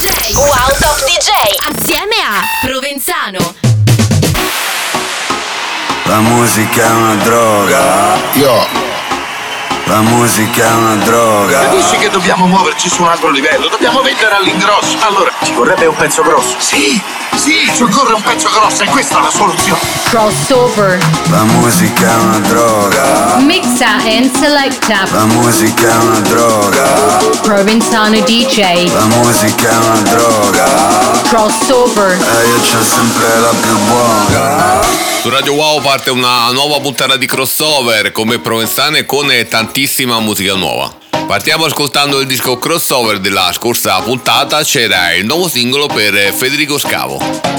DJ. Wow Top DJ. Assieme a Provenzano. La musica è una droga. La musica è una droga. Capisci che dobbiamo muoverci su un altro livello? Dobbiamo vendere all'ingrosso. Allora, ci vorrebbe un pezzo grosso. Sì, ci occorre un pezzo grosso e questa è la soluzione. Crossover. La musica è una droga. Mixa and selecta. La musica è una droga. Provenzano DJ. La musica è una droga. Crossover. E io c'ho sempre la più buona. Su Radio Wow parte una nuova puntata di Crossover come Provenzano e con tantissima musica nuova. Partiamo ascoltando il disco Crossover della scorsa puntata, c'era il nuovo singolo per Federico Scavo.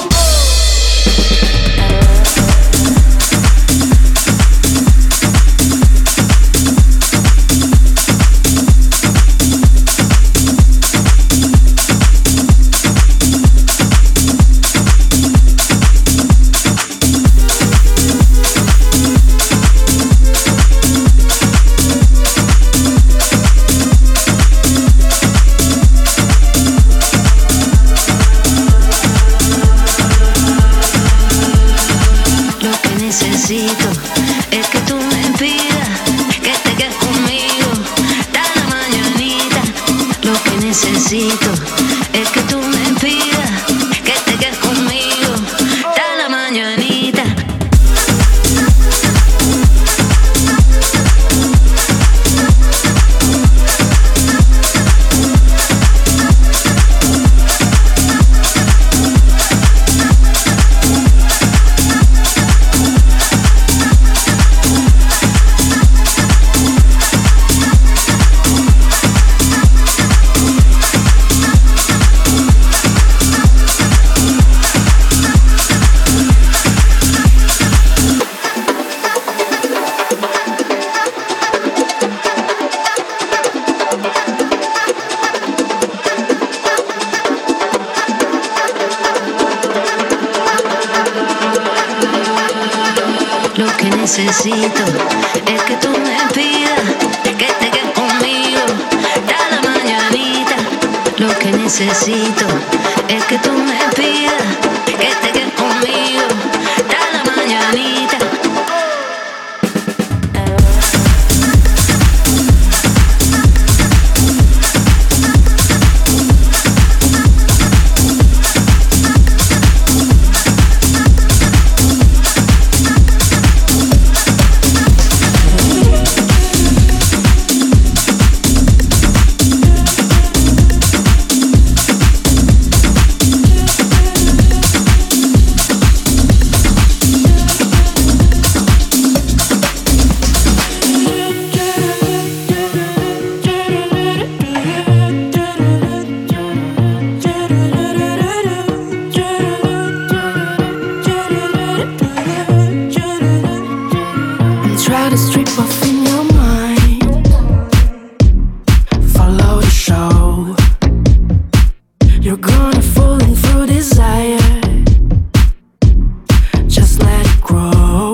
Es que tú me pidas que te quedes conmigo, da la mañanita. Lo que necesito es que tú me pidas que te quedes conmigo, da la mañanita. Lo que necesito es que tú me pidas que te quedes conmigo, da la mañanita. Lo que necesito es que tú me pidas que te quedes conmigo, da la mañanita. Try to strip off in your mind. Follow the show. You're gonna falling through desire. Just let it grow.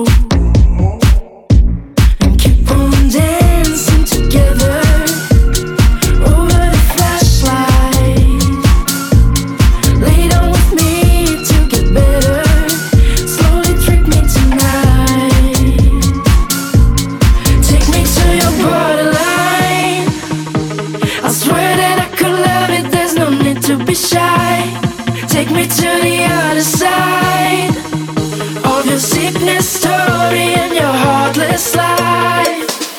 And keep on dancing together over the flashlight. Lay down with me to get better. Slowly trick me tonight. Take me to your borderline. I swear that I could love it, there's no need to be shy. Take me to the other side of your sickness story and your heartless life.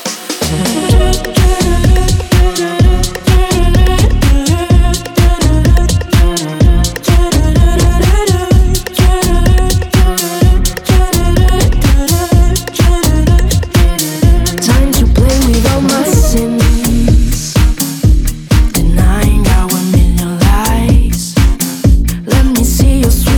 Time to play with all my sins, denying our million lies. Let me see your sweet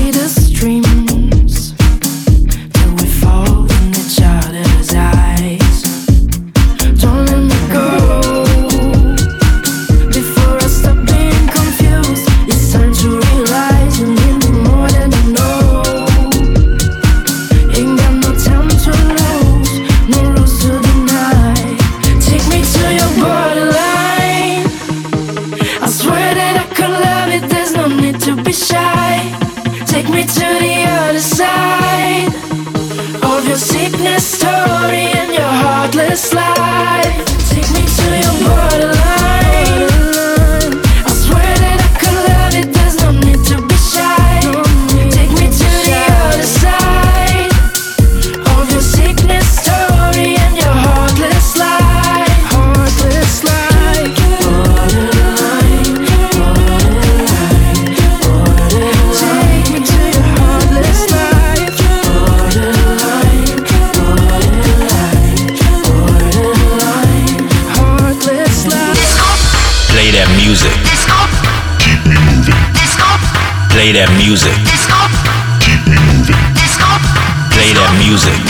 be shy. Take me to the other side of your sickness story and your heartless life. Take me to your borderline. I swear that I could love it, there's no need to be shy. Take me to the other side of your sickness story and your heartless life. Heartless life. Borderline, borderline, borderline. Take me to your heartless life. Borderline, borderline, borderline, heartless life. Play that music. Keep me moving. Play that music. Keep me moving. Play that music.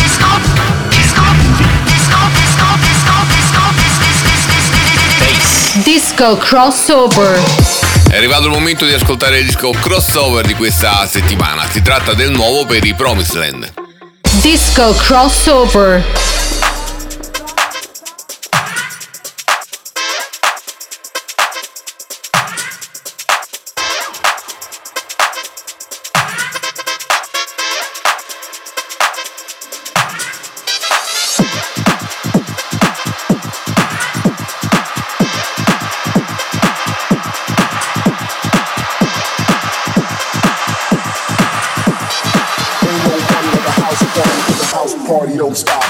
Disco crossover. È arrivato il momento di ascoltare il disco crossover di questa settimana. Si tratta del nuovo per i Promised Land. Disco crossover. Party don't stop.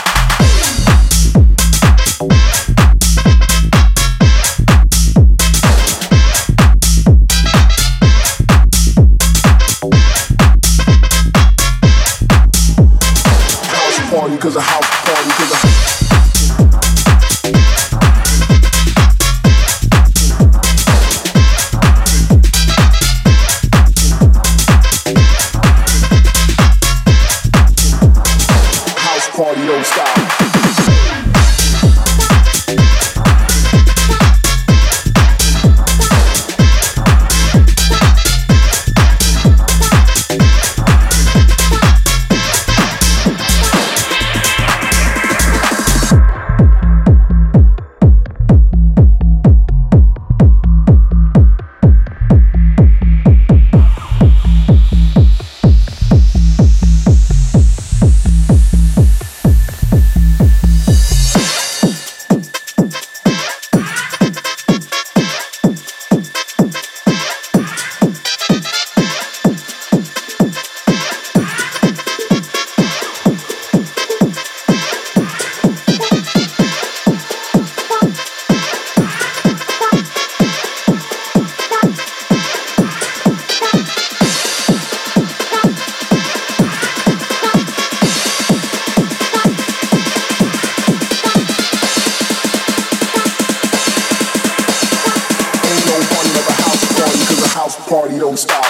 House party, 'cause a house party, 'cause a party don't stop. Party don't stop.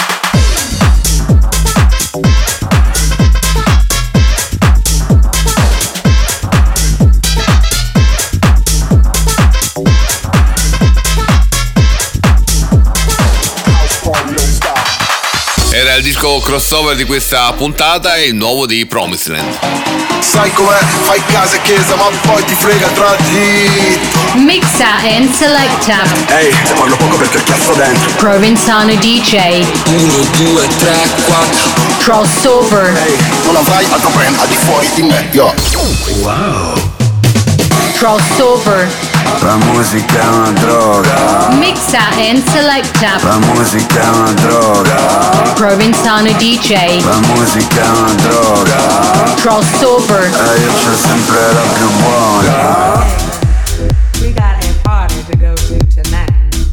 Era il disco crossover di questa puntata e il nuovo di Promised Land. Sai com'è? Fai casa e chiesa ma poi ti frega il tragitto. Mixa and selecta. Ehi, te parlo poco perché il cazzo dentro. Provenzano DJ. 1, 2, 3, 4. Crossover. Ehi, non avrai altro brand al di fuori di me, yo. Wow. Crossover. La musica è una droga. Mixa and selecta. La musica è una droga. Provenzano DJ. La musica è una droga. Crossover. E io c'ho sempre la più buona. We got a party to go to tonight.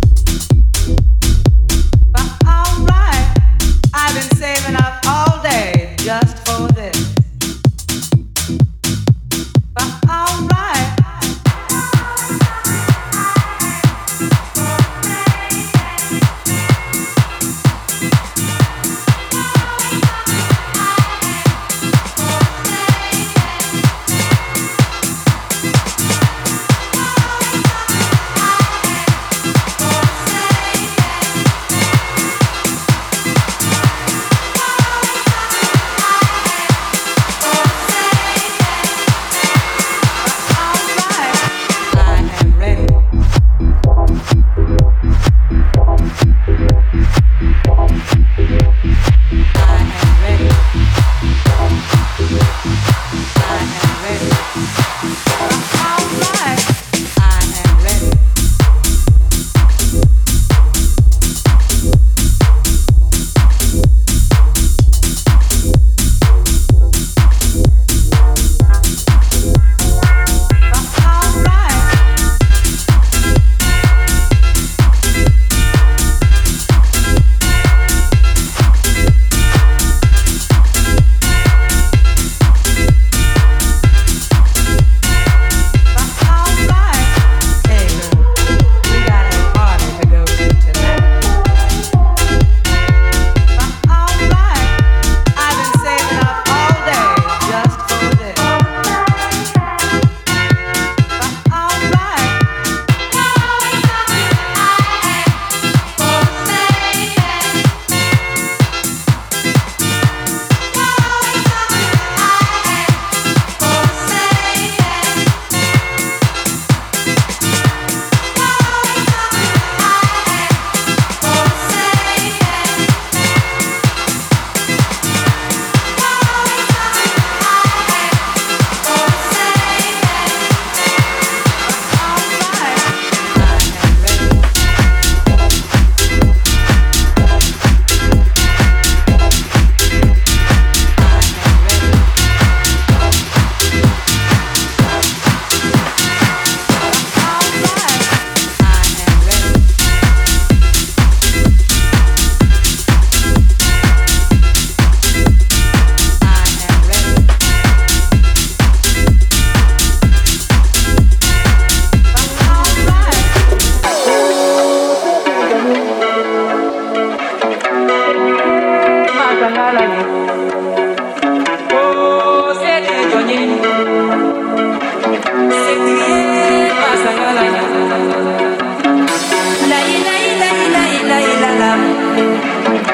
But alright, I've been saving up all day just for this. But alright.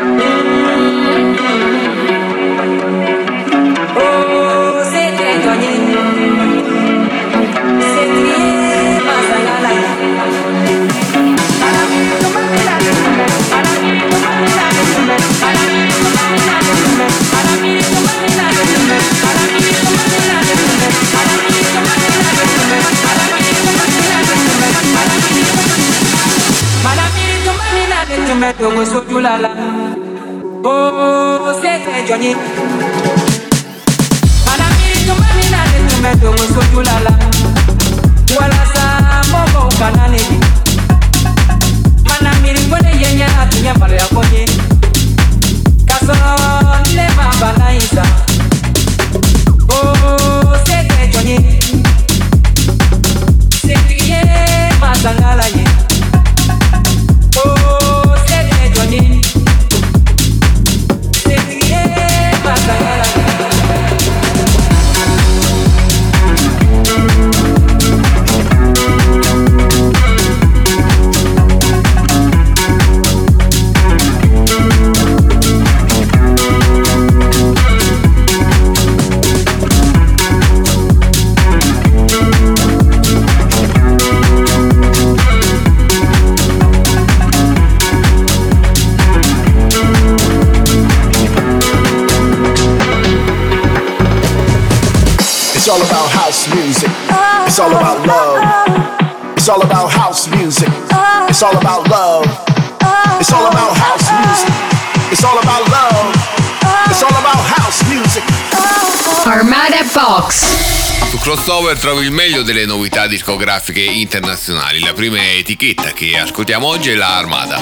It's all about house music. It's all about love. It's all about house music. It's all about love. It's all about house music. It's all about love. It's all about house music. Armada Box. Su Crossover trovi il meglio delle novità discografiche internazionali. La prima etichetta che ascoltiamo oggi è la Armada.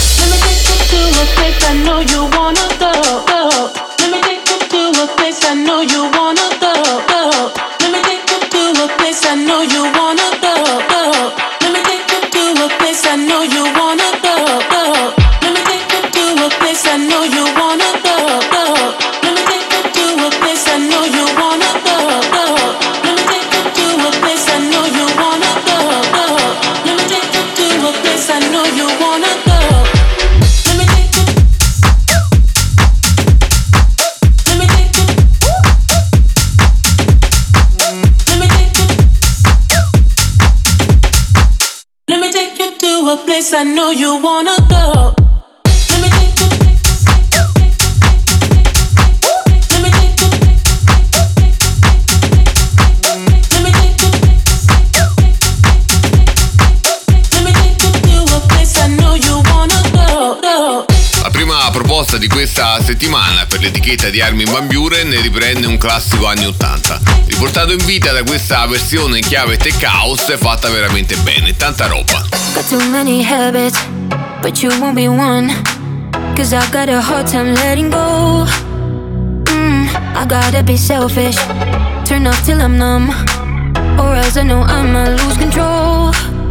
I know you wanna go. Let me take you. Let me take you. Let me take you. Let me take you to a place I know you wanna go. La prima proposta di questa settimana per l'etichetta di Armin van Buuren ne riprende un classico anni 80, riportato in vita da questa versione in chiave tech house fatta veramente bene, tanta roba. Got too many habits, but you won't be one. Cause I got a hard time letting go. I gotta be selfish, turn off till I'm numb, or else I know I might lose control.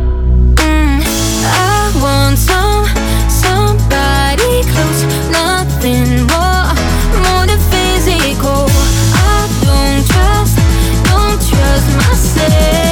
I want somebody close, nothing more than physical. I don't trust myself.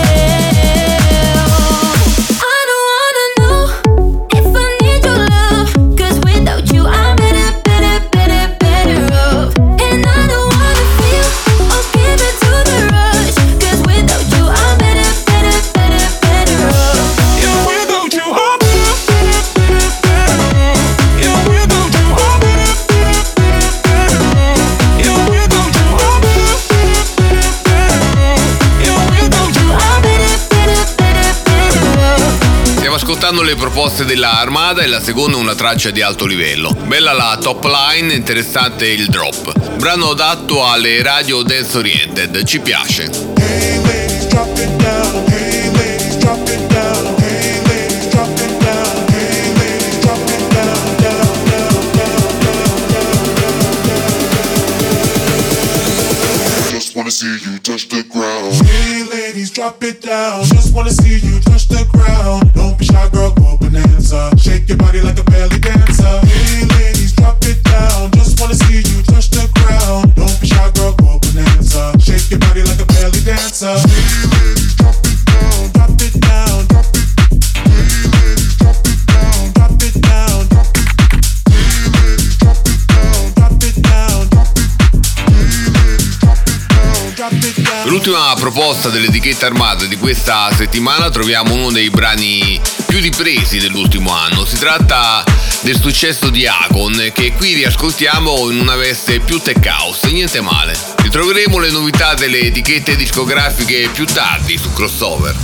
Ascoltando le proposte della Armada e la seconda una traccia di alto livello. Bella la top line, interessante il drop. Brano adatto alle radio dance oriented, ci piace. Hey ladies, drop it down. Hey ladies, drop it down. Hey ladies, drop it down. Hey ladies, drop it down. Down, down, down, down. Just wanna see you touch the ground. Hey ladies, drop it down. Just wanna see you touch the ground. Don't be shy, girl, go bonanza. Shake your body like a belly dancer. Hey ladies, drop it down. Just wanna see you touch the ground. Don't be shy, girl, go bonanza. Shake your body like a belly dancer. Hey ladies, drop it down. Drop it down. Drop it. Hey ladies, drop it down. Drop it down. Drop it. Hey ladies, drop Nell'ultima proposta dell'etichetta Armada di questa settimana troviamo uno dei brani più ripresi dell'ultimo anno. Si tratta del successo di Akon, che qui riascoltiamo in una veste più tech house, niente male. Ritroveremo le novità delle etichette discografiche più tardi su Crossover.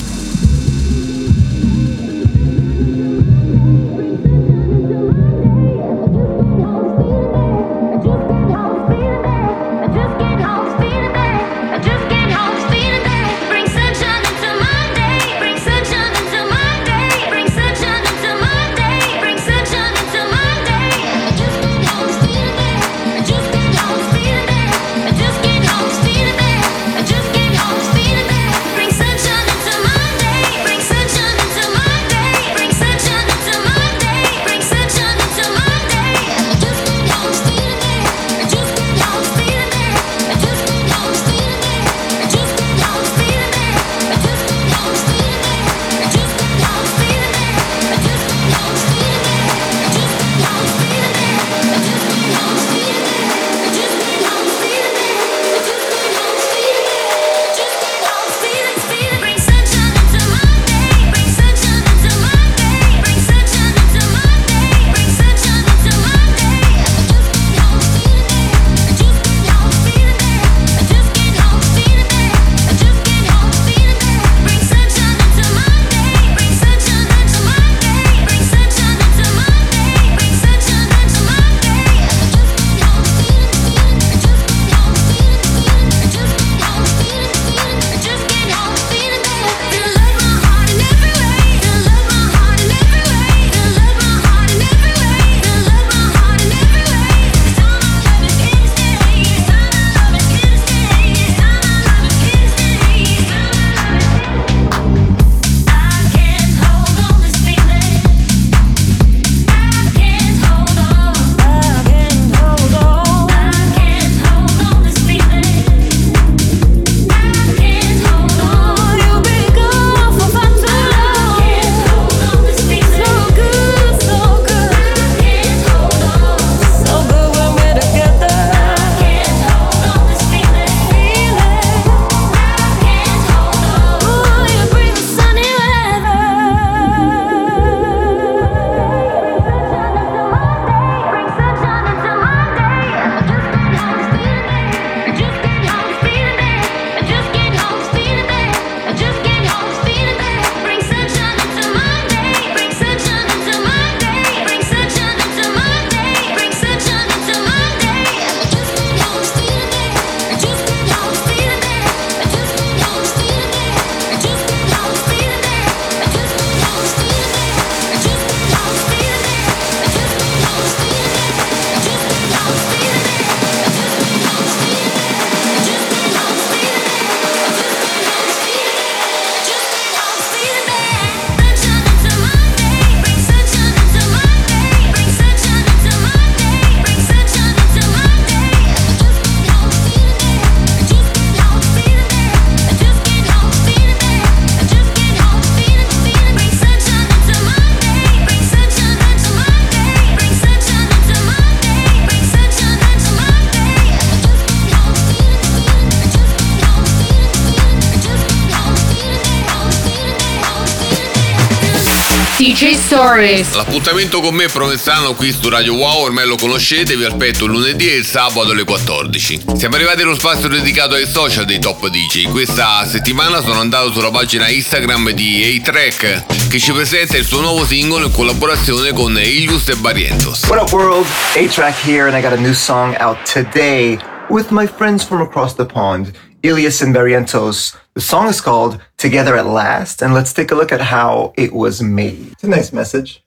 DJ Stories. L'appuntamento con me Provenzano qui su Radio Wow ormai lo conoscete, vi aspetto il lunedì e il sabato alle 14. Siamo arrivati allo spazio dedicato ai social dei top DJ. Questa settimana sono andato sulla pagina Instagram di A-Track, che ci presenta il suo nuovo singolo in collaborazione con Ilius e Barrientos. What up world, A-Track here, and I got a new song out today with my friends from across the pond, Ilius and Barrientos. The song is called Together at Last, and let's take a look at how it was made. It's a nice message.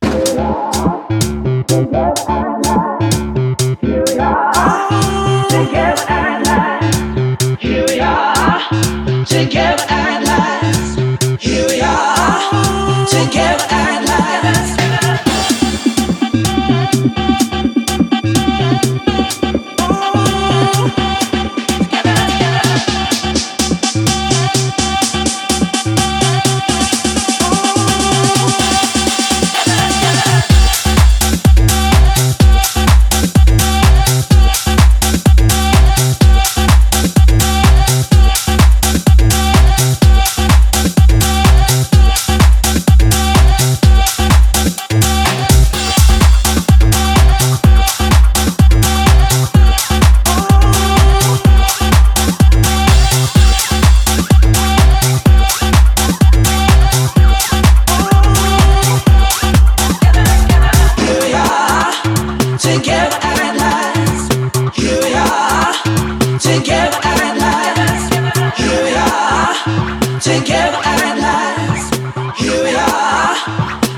Here we are, together at last. Here we are, together at last.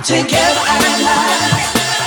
together at last.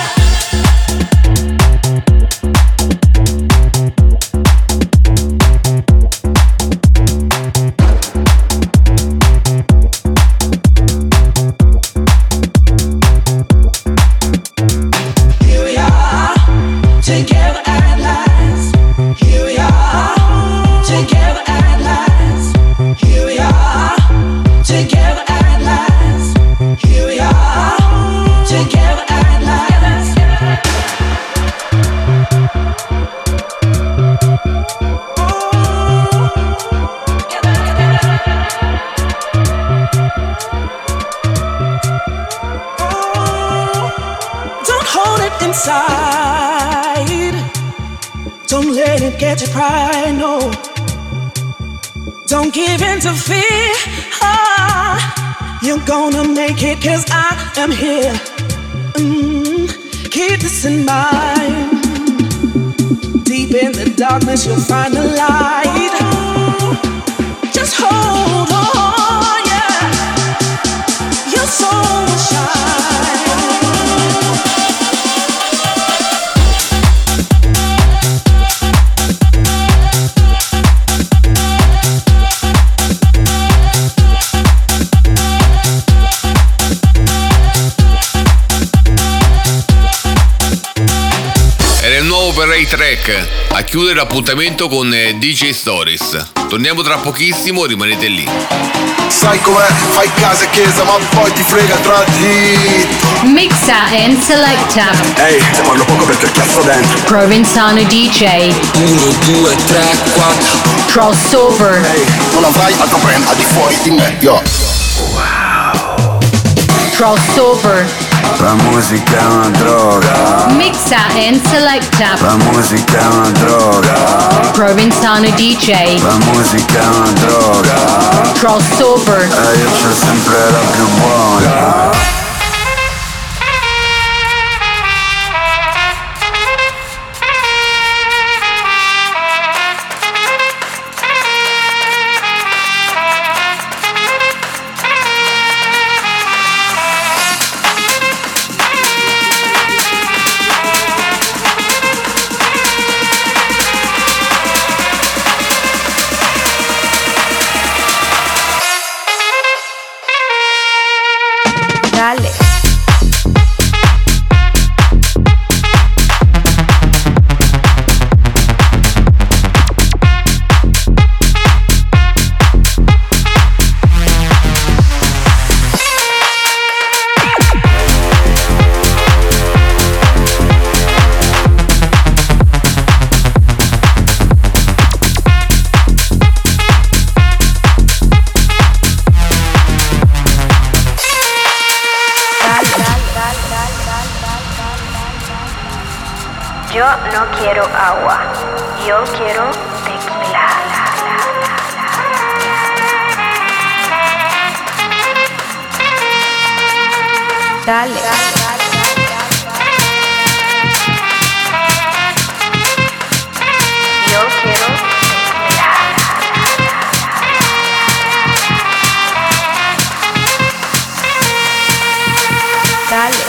Don't give in to fear. You're gonna make it 'cause I am here. Keep this in mind. Deep in the darkness you'll find the light. Just hold on, yeah. Your soul will shine. Per Ray Track a chiudere l'appuntamento con DJ Stories. Torniamo tra pochissimo, rimanete lì. Sai com'è, fai casa e chiesa ma poi ti frega tra dritto. Mixa and selecta. Ehi, te parlo poco perché cazzo dentro. Provenzano DJ. 1, 2, 3, 4. Crossover. Ehi, non avrai altro brand al di fuori di me, yo. Wow. Crossover. La musica è una droga. Mixa and selecta. La musica è una droga. Provenzano DJ. La musica è una droga. Crossover. E io c'ho sempre la più buona. Yo no quiero agua, yo quiero tequila. Dale. Yo quiero tequila. Dale.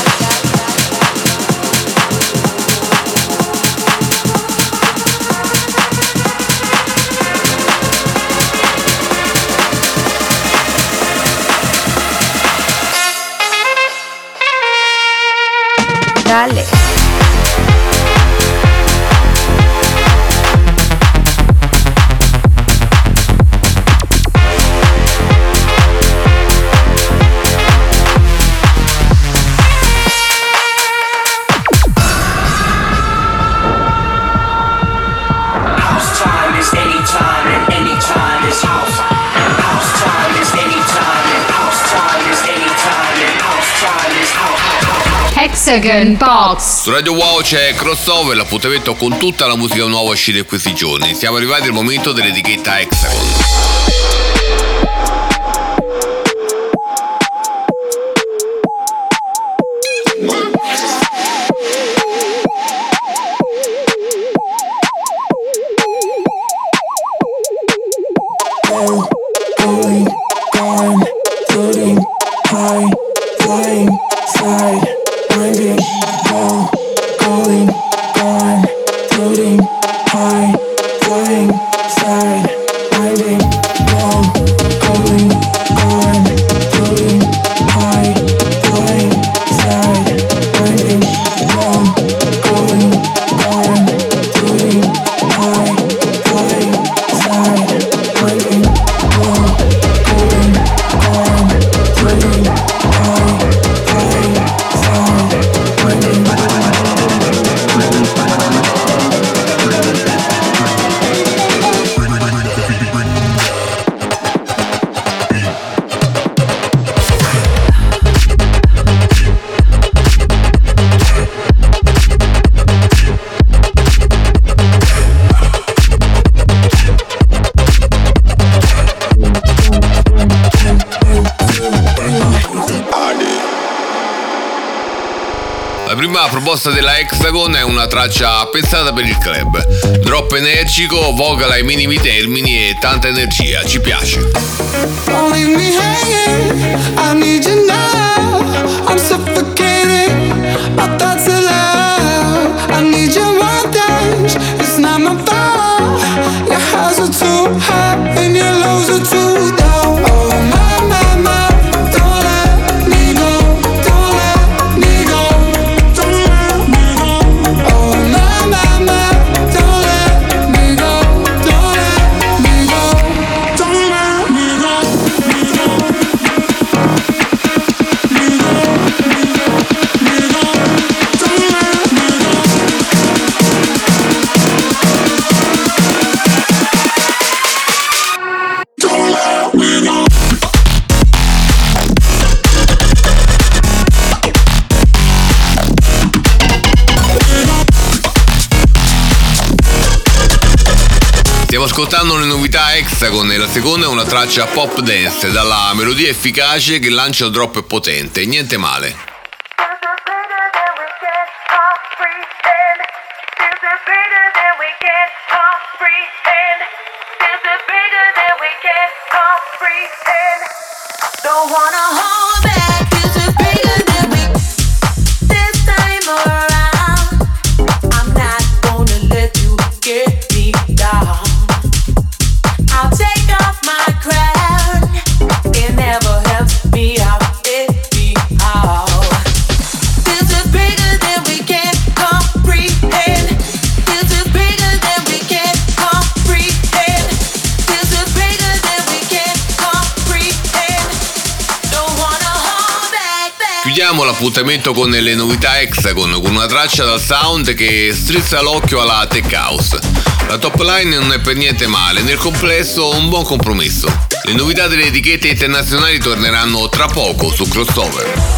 Dale. House time is anytime and anytime is house. House time is anytime and house time is anytime and house time is house. Hexagon Box. Su Radio Wow c'è Crossover, l'appuntamento con tutta la musica nuova uscita in questi giorni. Siamo arrivati al momento dell'etichetta Hexagon. Going, floating, high, flying. low, going, gone, floating, high, flying, side, winding, low, going, gone, floating, high, flying, side, winding, low, going, gone, floating, high, flying, side, winding, low, going, gone, floating, high, flying, side, winding. La prima proposta della Hexagon è una traccia pensata per il club. Drop energico, vocal ai minimi termini e tanta energia, ci piace. Don't leave me hanging, I need you now. I'm suffocating, my thoughts are loud. I need your montage, it's not my fault. Your highs are too high and your lows are too down. Oh my, my, my, don't let me go, don't let me go, don't let me go. Oh my, my, my, don't let me go, don't let me go, don't let me go. Stiamo ascoltando le novità Hexagon e la seconda è una traccia pop dance dalla melodia efficace che lancia un drop potente, niente male. Don't wanna hold back, this is bigger than we. This time around, I'm not gonna let you get me down. I'll take off my crown, it never helps me out anyhow. This is bigger than we can comprehend. This is bigger than we can comprehend. This is bigger than we can comprehend. Don't wanna hold back. Chiudiamo l'appuntamento con le novità Hexagon con una traccia dal sound che strizza l'occhio alla tech house. La top line non è per niente male, nel complesso un buon compromesso. Le novità delle etichette internazionali torneranno tra poco su Crossover.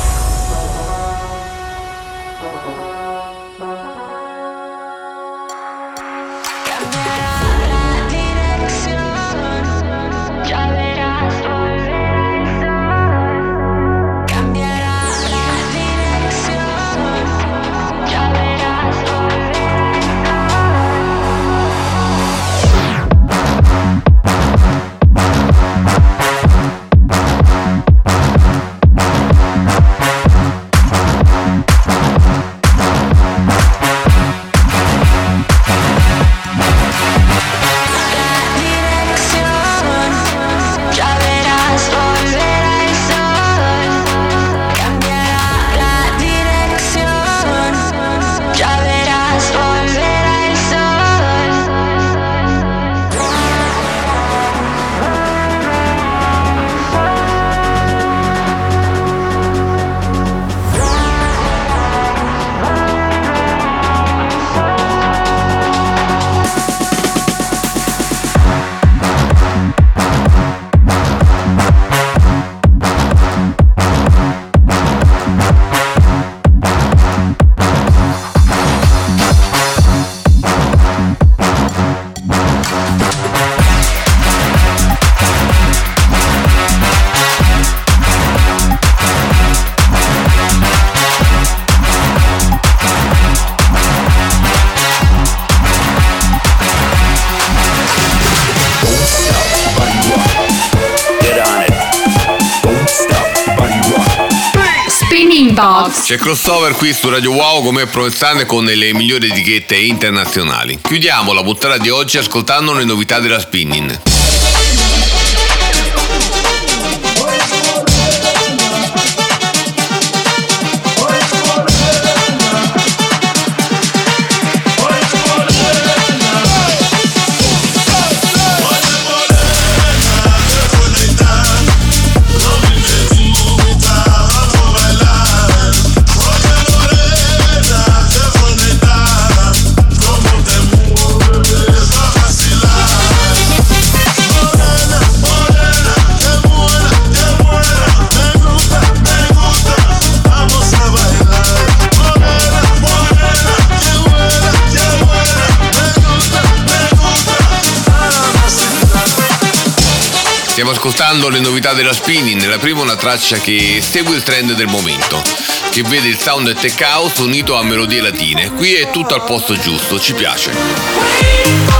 Box. C'è crossover qui su Radio Wow come Provenzane con le migliori etichette internazionali. Chiudiamo la puntata di oggi ascoltando le novità della Spinnin'. Stiamo ascoltando le novità della Spinnin', la prima una traccia che segue il trend del momento, che vede il sound tech house unito a melodie latine. Qui è tutto al posto giusto, ci piace.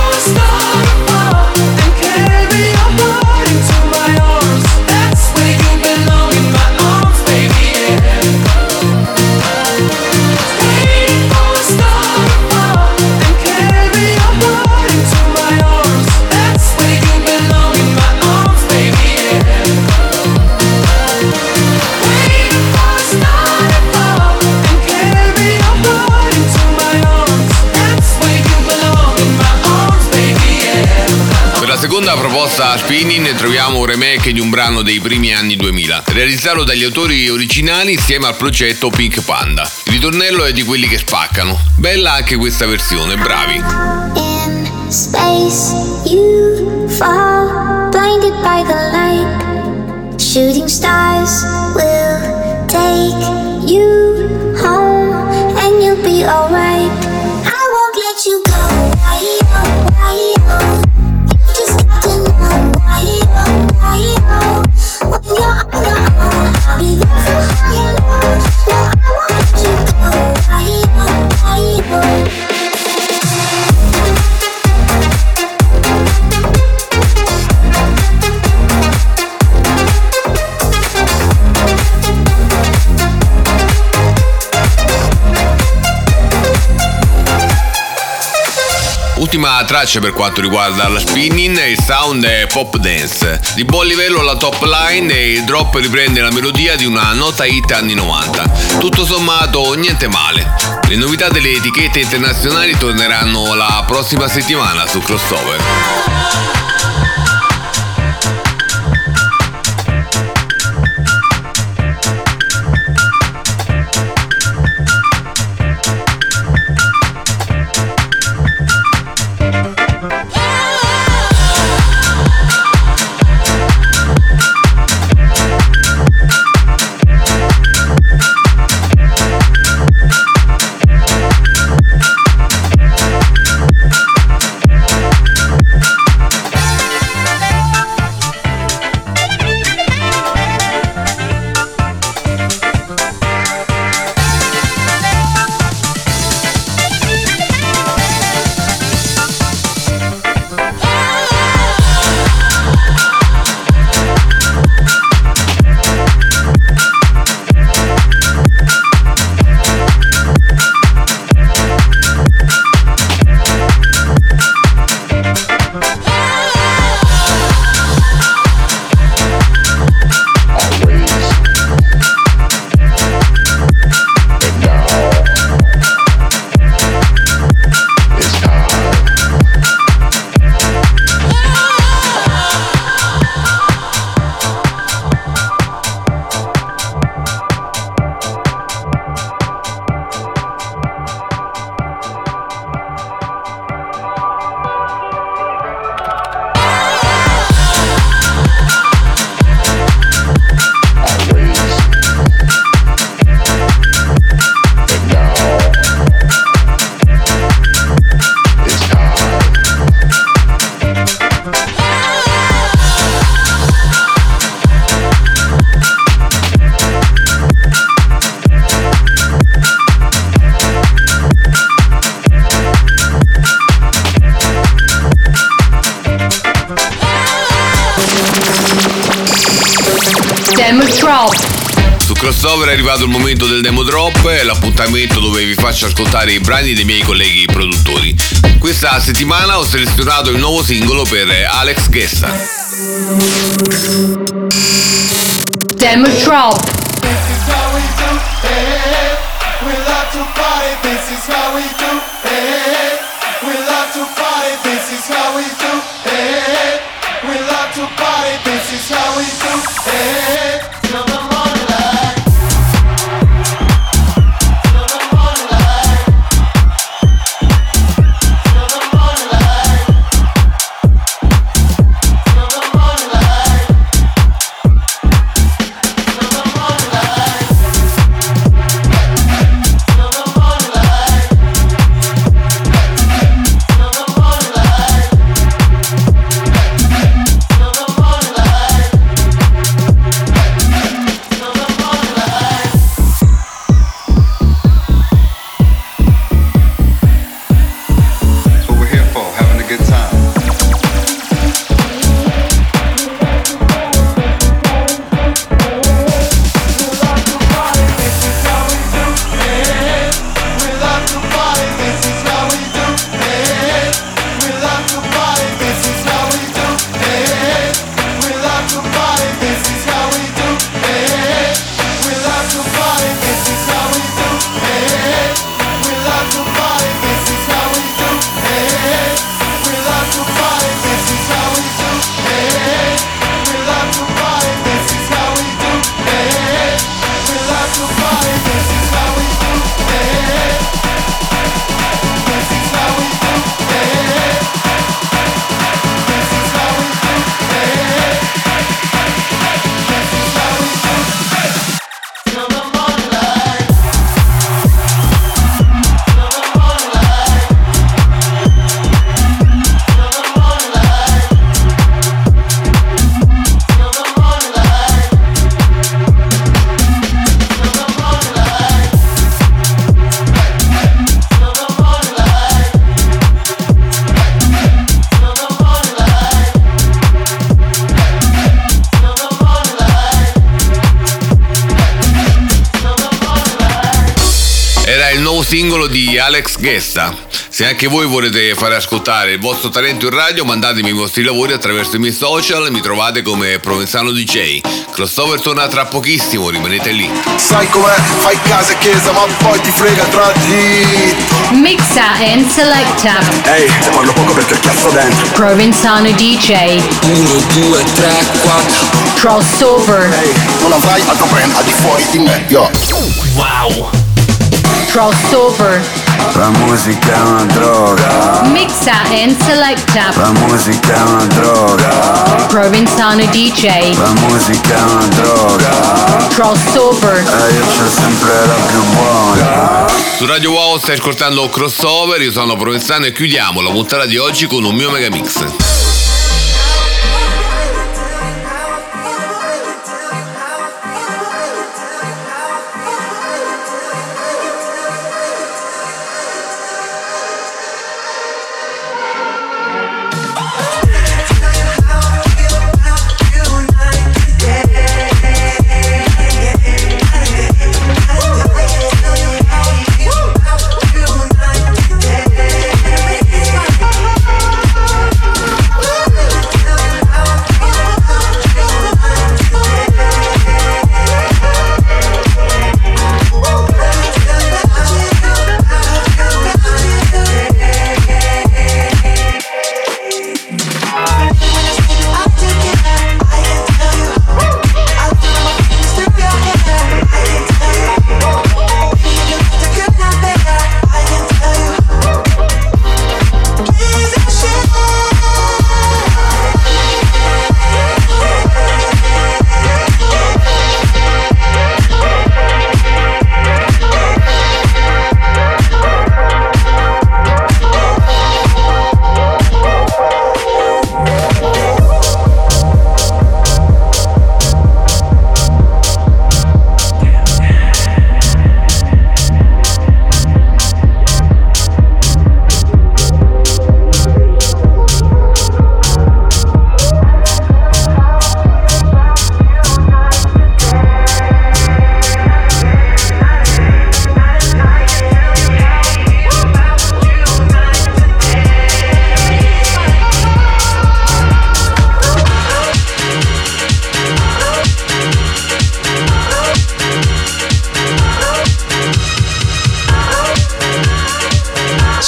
Seconda proposta a Spinnin' troviamo un remake di un brano dei primi anni 2000, realizzato dagli autori originali insieme al progetto Pink Panda. Il ritornello è di quelli che spaccano. Bella anche questa versione, bravi. In space you fall, blinded by the light. Shooting stars will take you home and you'll be alright. I won't let you go. Ultima traccia per quanto riguarda la Spinnin', il sound è pop dance. Di buon livello la top line e il drop riprende la melodia di una nota hit anni 90. Tutto sommato niente male. Le novità delle etichette internazionali torneranno la prossima settimana su Crossover. Crossover è arrivato il momento del demo drop, è l'appuntamento dove vi faccio ascoltare i brani dei miei colleghi produttori. Questa settimana ho selezionato il nuovo singolo per Alex Guesta. Demo drop. We love to party, this is how we do it. We love to party, this is how we do it. We love to party, this is how we do it. Till the morning light. Till the morning light. Till the morning light. Till the morning light. Till the morning light. Singolo di Alex Guesta. Se anche voi volete fare ascoltare il vostro talento in radio, mandatemi i vostri lavori attraverso i miei social, mi trovate come Provenzano DJ. Crossover torna tra pochissimo, rimanete lì. Sai com'è, fai casa e chiesa ma poi ti frega tra di. Mixa and selecta. Ehi, se parlo poco perché cazzo dentro. Provenzano DJ. 1, 2, 3, 4. Crossover. Ehi, non avrai altro brand al di fuori di me, yo. Wow. Crossover. La musica è una droga. Mixa and selecta. La musica è una droga. Provenzano DJ. La musica è una droga. Crossover. E io c'ho sempre la più buona. Su Radio Wow stai ascoltando Crossover, io sono Provenzano e chiudiamo la puntata di oggi con un mio megamix.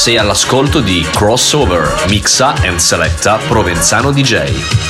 Sei all'ascolto di Crossover, mixa and selecta Provenzano DJ.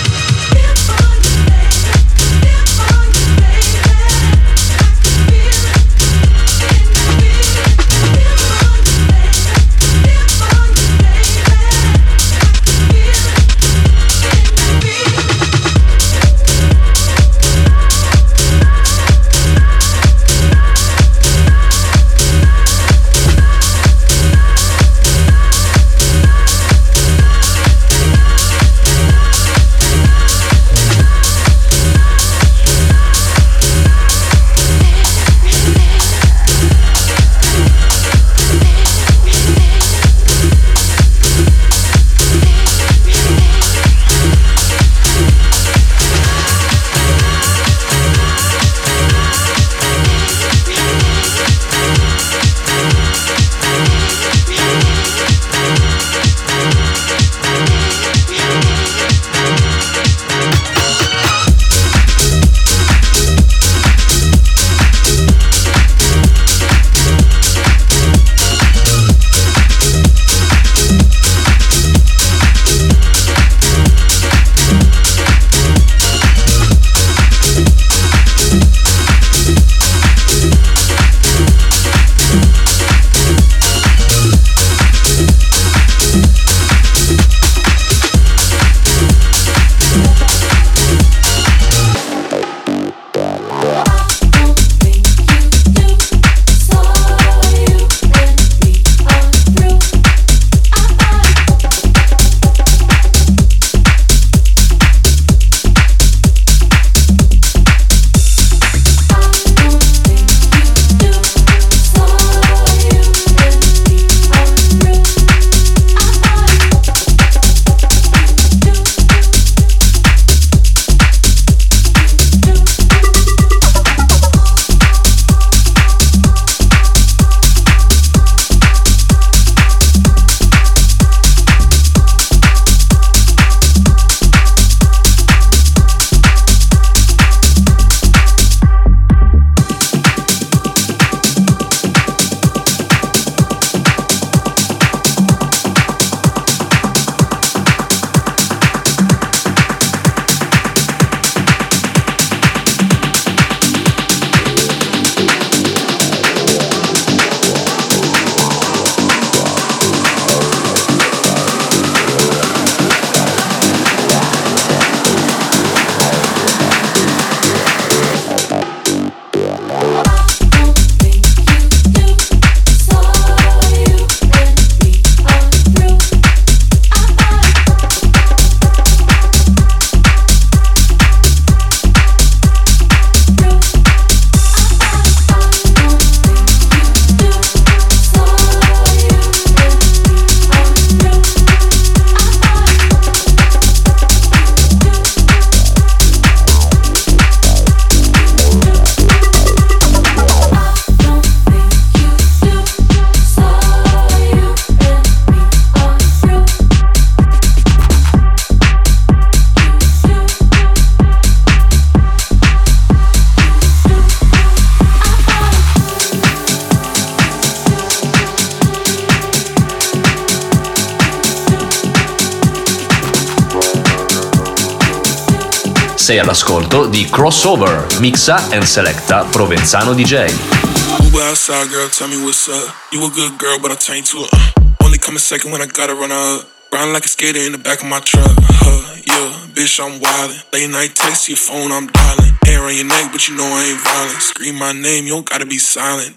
Sei all'ascolto di Crossover, mixa and selecta Provenzano DJ. Uber outside, girl, tell me what's up. You a good girl, but I turn you to only come a second when I gotta run up. Riding like a skater in the back of my truck. Yeah, bitch, I'm wildin'. Late night text to your phone, I'm dialing. Hair on your neck, but you know I ain't violent. Scream my name, you don't gotta be silent.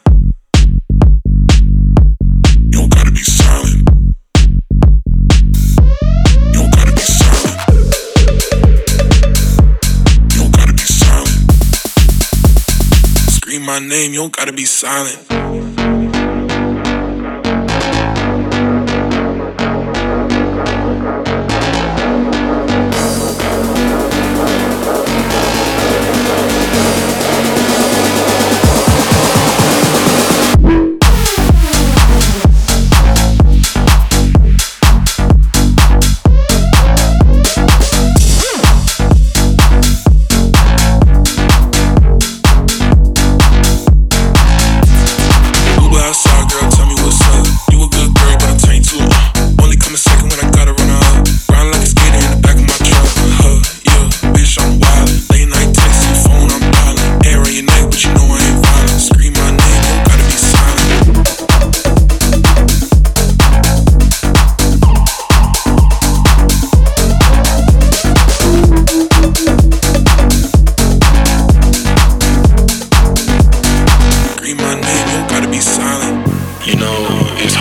You don't gotta be silent. You don't gotta be silent. You don't gotta be silent. Scream my name, you don't gotta be silent.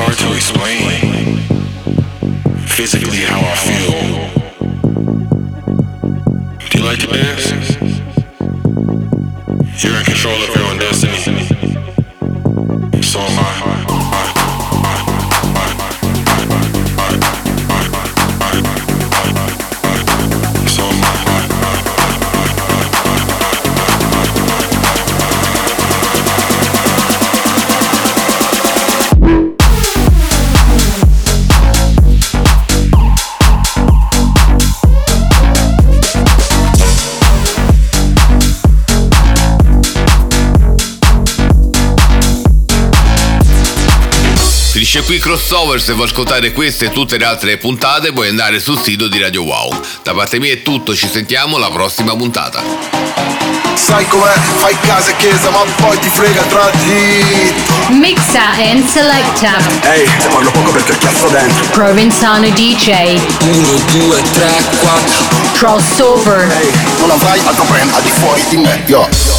hard to explain physically how I feel. Do you like to dance? You're in control of your own destiny. So am I. Finisce qui Crossover. Se vuoi ascoltare queste e tutte le altre puntate puoi andare sul sito di Radio Wow. Da parte mia è tutto, ci sentiamo alla prossima puntata. Sai com'è, fai casa e chiesa ma poi ti frega tra di. Mixa and selecta. Ehi, te parlo poco perché ho il cazzo dentro. Provenzano DJ. 1, 2, 3, 4. Crossover. Ehi, non avrai altro brand al di fuori di me, yo.